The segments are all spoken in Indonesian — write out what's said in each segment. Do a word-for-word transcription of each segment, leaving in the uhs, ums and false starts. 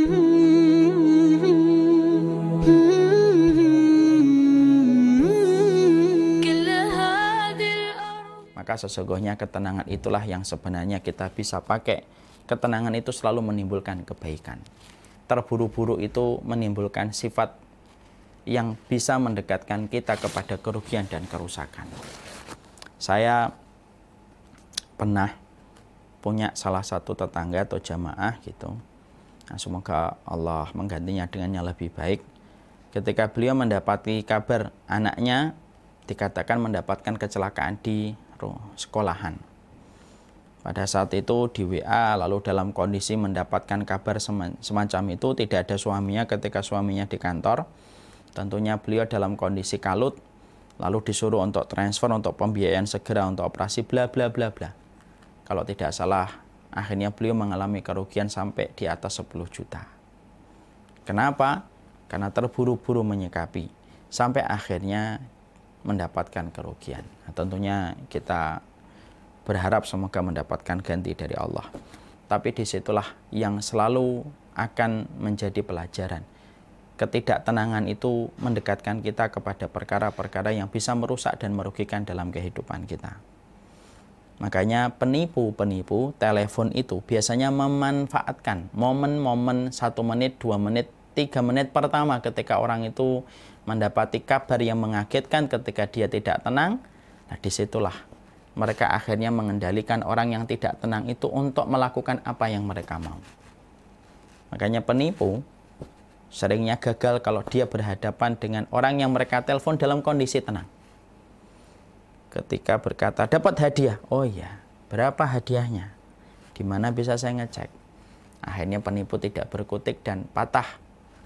Maka sesungguhnya ketenangan itulah yang sebenarnya kita bisa pakai. Ketenangan itu selalu menimbulkan kebaikan. Terburu-buru itu menimbulkan sifat yang bisa mendekatkan kita kepada kerugian dan kerusakan. Saya pernah punya salah satu tetangga atau jamaah gitu. Nah, semoga Allah menggantinya dengan yang lebih baik. Ketika beliau mendapati kabar anaknya dikatakan mendapatkan kecelakaan di sekolahan. Pada saat itu di W A, lalu dalam kondisi mendapatkan kabar semacam itu, tidak ada suaminya ketika suaminya di kantor. Tentunya beliau dalam kondisi kalut, lalu disuruh untuk transfer, untuk pembiayaan segera, untuk operasi, bla bla bla bla. Kalau tidak salah, akhirnya beliau mengalami kerugian sampai di atas sepuluh juta. Kenapa? Karena terburu-buru menyikapi, sampai akhirnya mendapatkan kerugian. Nah, tentunya kita berharap semoga mendapatkan ganti dari Allah. Tapi disitulah yang selalu akan menjadi pelajaran. Ketidaktenangan itu mendekatkan kita kepada perkara-perkara yang bisa merusak dan merugikan dalam kehidupan kita. Makanya penipu-penipu telepon itu biasanya memanfaatkan momen-momen satu menit, dua menit, tiga menit pertama ketika orang itu mendapati kabar yang mengagetkan ketika dia tidak tenang. Nah, disitulah mereka akhirnya mengendalikan orang yang tidak tenang itu untuk melakukan apa yang mereka mau. Makanya penipu seringnya gagal kalau dia berhadapan dengan orang yang mereka telepon dalam kondisi tenang. Ketika berkata dapat hadiah, oh iya, berapa hadiahnya? Di mana bisa saya ngecek? Akhirnya penipu tidak berkutik dan patah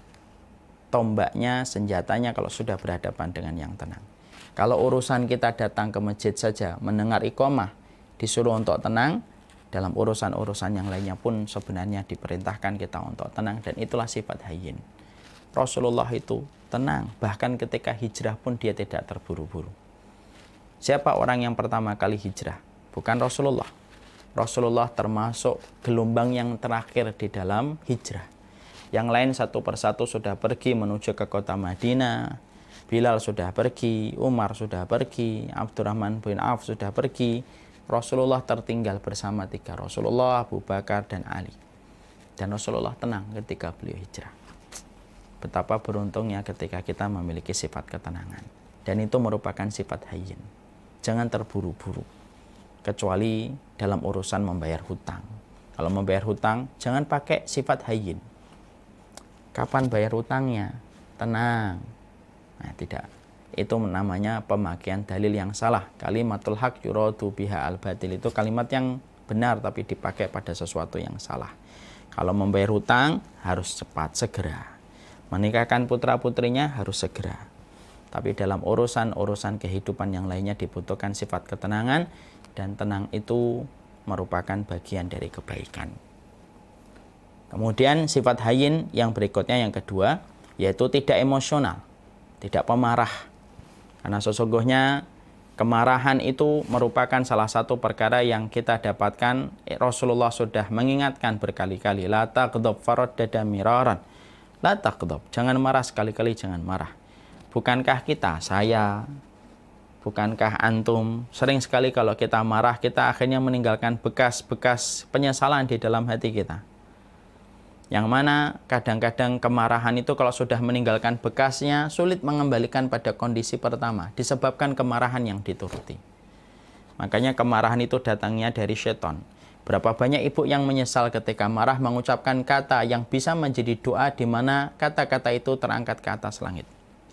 tombaknya, senjatanya kalau sudah berhadapan dengan yang tenang. Kalau urusan kita datang ke masjid saja, mendengar iqamah, disuruh untuk tenang, dalam urusan-urusan yang lainnya pun sebenarnya diperintahkan kita untuk tenang, dan itulah sifat hayyin. Rasulullah itu tenang, bahkan ketika hijrah pun dia tidak terburu-buru. Siapa orang yang pertama kali hijrah? Bukan Rasulullah. Rasulullah termasuk gelombang yang terakhir di dalam hijrah. Yang lain satu persatu sudah pergi menuju ke kota Madinah. Bilal sudah pergi, Umar sudah pergi, Abdurrahman bin Auf sudah pergi. Rasulullah tertinggal bersama tiga Rasulullah, Abu Bakar, dan Ali. Dan Rasulullah tenang ketika beliau hijrah. Betapa beruntungnya ketika kita memiliki sifat ketenangan. Dan itu merupakan sifat hayyin. Jangan terburu-buru. Kecuali dalam urusan membayar hutang. Kalau membayar hutang, jangan pakai sifat hayyin. Kapan bayar hutangnya? Tenang. Nah, tidak. Itu namanya pemakaian dalil yang salah. Kalimatul haq yuradu biha al-batil, itu kalimat yang benar tapi dipakai pada sesuatu yang salah. Kalau membayar hutang harus cepat, segera. Menikahkan putra-putrinya harus segera. Tapi dalam urusan-urusan kehidupan yang lainnya dibutuhkan sifat ketenangan, dan tenang itu merupakan bagian dari kebaikan. Kemudian sifat hayyin yang berikutnya, yang kedua, yaitu tidak emosional, tidak pemarah. Karena sesungguhnya kemarahan itu merupakan salah satu perkara yang kita dapatkan. Rasulullah sudah mengingatkan berkali-kali, la taghdab faraddada miraran. La taghdab, jangan marah sekali-kali, jangan marah. Bukankah kita, saya, bukankah antum, sering sekali kalau kita marah, kita akhirnya meninggalkan bekas-bekas penyesalan di dalam hati kita. Yang mana kadang-kadang kemarahan itu kalau sudah meninggalkan bekasnya, sulit mengembalikan pada kondisi pertama, disebabkan kemarahan yang dituruti. Makanya kemarahan itu datangnya dari setan. Berapa banyak ibu yang menyesal ketika marah mengucapkan kata yang bisa menjadi doa, di mana kata-kata itu terangkat ke atas langit.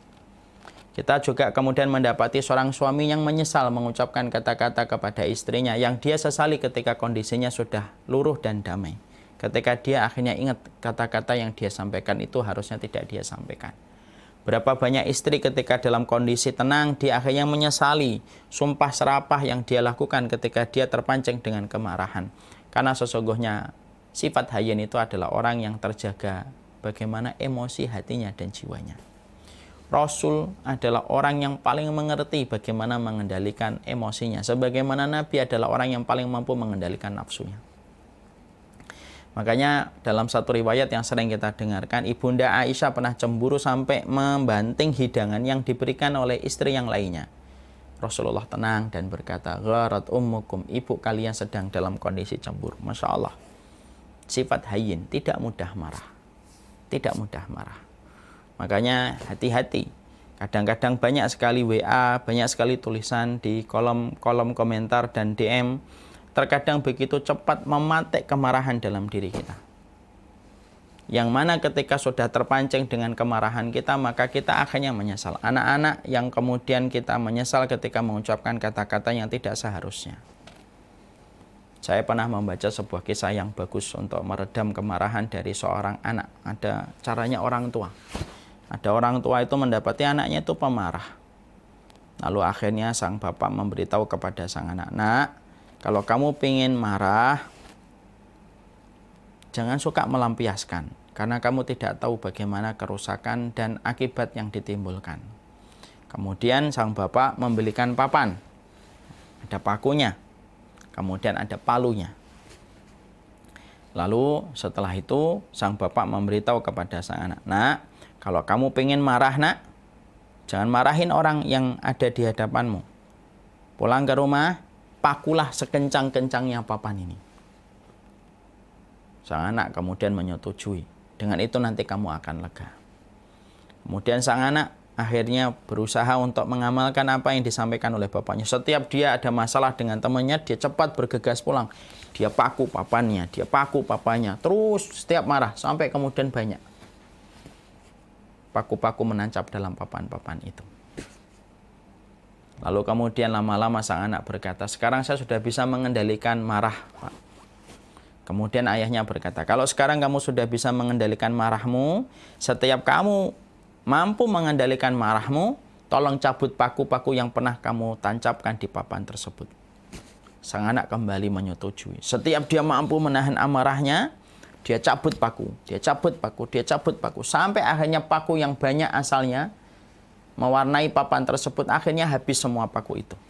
Kita juga kemudian mendapati seorang suami yang menyesal mengucapkan kata-kata kepada istrinya yang dia sesali ketika kondisinya sudah luruh dan damai. Ketika dia akhirnya ingat kata-kata yang dia sampaikan itu harusnya tidak dia sampaikan. Berapa banyak istri ketika dalam kondisi tenang, dia akhirnya menyesali sumpah serapah yang dia lakukan ketika dia terpancing dengan kemarahan. Karena sesungguhnya sifat hayyin itu adalah orang yang terjaga bagaimana emosi hatinya dan jiwanya. Rasul adalah orang yang paling mengerti bagaimana mengendalikan emosinya, sebagaimana Nabi adalah orang yang paling mampu mengendalikan nafsunya. Makanya dalam satu riwayat yang sering kita dengarkan, Ibunda Aisyah pernah cemburu sampai membanting hidangan yang diberikan oleh istri yang lainnya. Rasulullah tenang dan berkata, gharat ummukum, ibu kalian sedang dalam kondisi cemburu. Masya Allah. Sifat hayyin, tidak mudah marah. Tidak mudah marah. Makanya hati-hati. Kadang-kadang banyak sekali W A, banyak sekali tulisan di kolom kolom komentar dan D M. Terkadang begitu cepat mematik kemarahan dalam diri kita. Yang mana ketika sudah terpancing dengan kemarahan kita, maka kita akhirnya menyesal. Anak-anak yang kemudian kita menyesal ketika mengucapkan kata-kata yang tidak seharusnya. Saya pernah membaca sebuah kisah yang bagus untuk meredam kemarahan dari seorang anak. Ada caranya orang tua. Ada orang tua itu mendapati anaknya itu pemarah. Lalu akhirnya sang bapak memberitahu kepada sang anak, nak, kalau kamu pengen marah, jangan suka melampiaskan. Karena kamu tidak tahu bagaimana kerusakan dan akibat yang ditimbulkan. Kemudian sang bapak membelikan papan. Ada pakunya. Kemudian ada palunya. Lalu setelah itu sang bapak memberitahu kepada sang anak, nak, kalau kamu pengen marah, nak, jangan marahin orang yang ada di hadapanmu. Pulang ke rumah, pakulah sekencang-kencangnya papan ini. Sang anak kemudian menyetujui. Dengan itu nanti kamu akan lega. Kemudian sang anak akhirnya berusaha untuk mengamalkan apa yang disampaikan oleh bapaknya. Setiap dia ada masalah dengan temannya, dia cepat bergegas pulang. Dia paku papannya, dia paku papanya. Terus setiap marah sampai kemudian banyak paku-paku menancap dalam papan-papan itu. Lalu kemudian lama-lama sang anak berkata, sekarang saya sudah bisa mengendalikan marah, Pak. Kemudian ayahnya berkata, kalau sekarang kamu sudah bisa mengendalikan marahmu, setiap kamu mampu mengendalikan marahmu, tolong cabut paku-paku yang pernah kamu tancapkan di papan tersebut. Sang anak kembali menyetujui. Setiap dia mampu menahan amarahnya, dia cabut paku, dia cabut paku, dia cabut paku. Sampai akhirnya paku yang banyak asalnya mewarnai papan tersebut, akhirnya habis semua paku itu.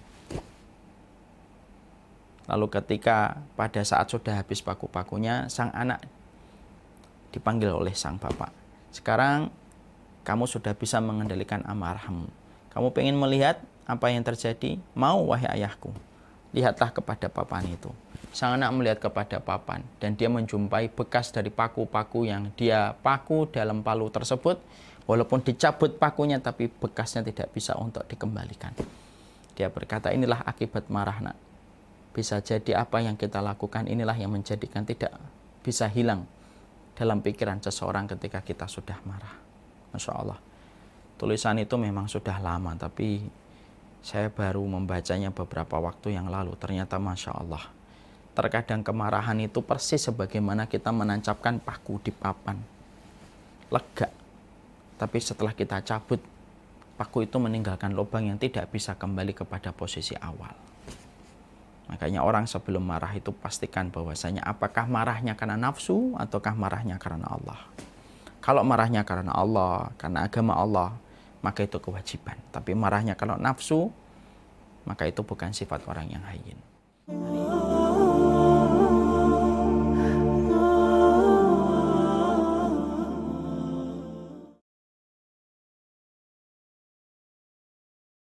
Lalu ketika pada saat sudah habis paku-pakunya, sang anak dipanggil oleh sang bapak. Sekarang kamu sudah bisa mengendalikan amarahmu. Kamu pengen melihat apa yang terjadi? Mau, wahai ayahku? Lihatlah kepada papan itu. Sang anak melihat kepada papan dan dia menjumpai bekas dari paku-paku yang dia paku dalam palu tersebut. Walaupun dicabut pakunya, tapi bekasnya tidak bisa untuk dikembalikan. Dia berkata, inilah akibat marah, nak. Bisa jadi apa yang kita lakukan inilah yang menjadikan tidak bisa hilang dalam pikiran seseorang ketika kita sudah marah. Masya Allah. Tulisan itu memang sudah lama, tapi saya baru membacanya beberapa waktu yang lalu. Ternyata Masya Allah. Terkadang kemarahan itu persis sebagaimana kita menancapkan paku di papan. Lega. Tapi setelah kita cabut, paku itu meninggalkan lubang yang tidak bisa kembali kepada posisi awal. Makanya orang sebelum marah itu pastikan bahwasanya apakah marahnya karena nafsu ataukah marahnya karena Allah. Kalau marahnya karena Allah, karena agama Allah, maka itu kewajiban. Tapi marahnya kalau nafsu, maka itu bukan sifat orang yang hayyin.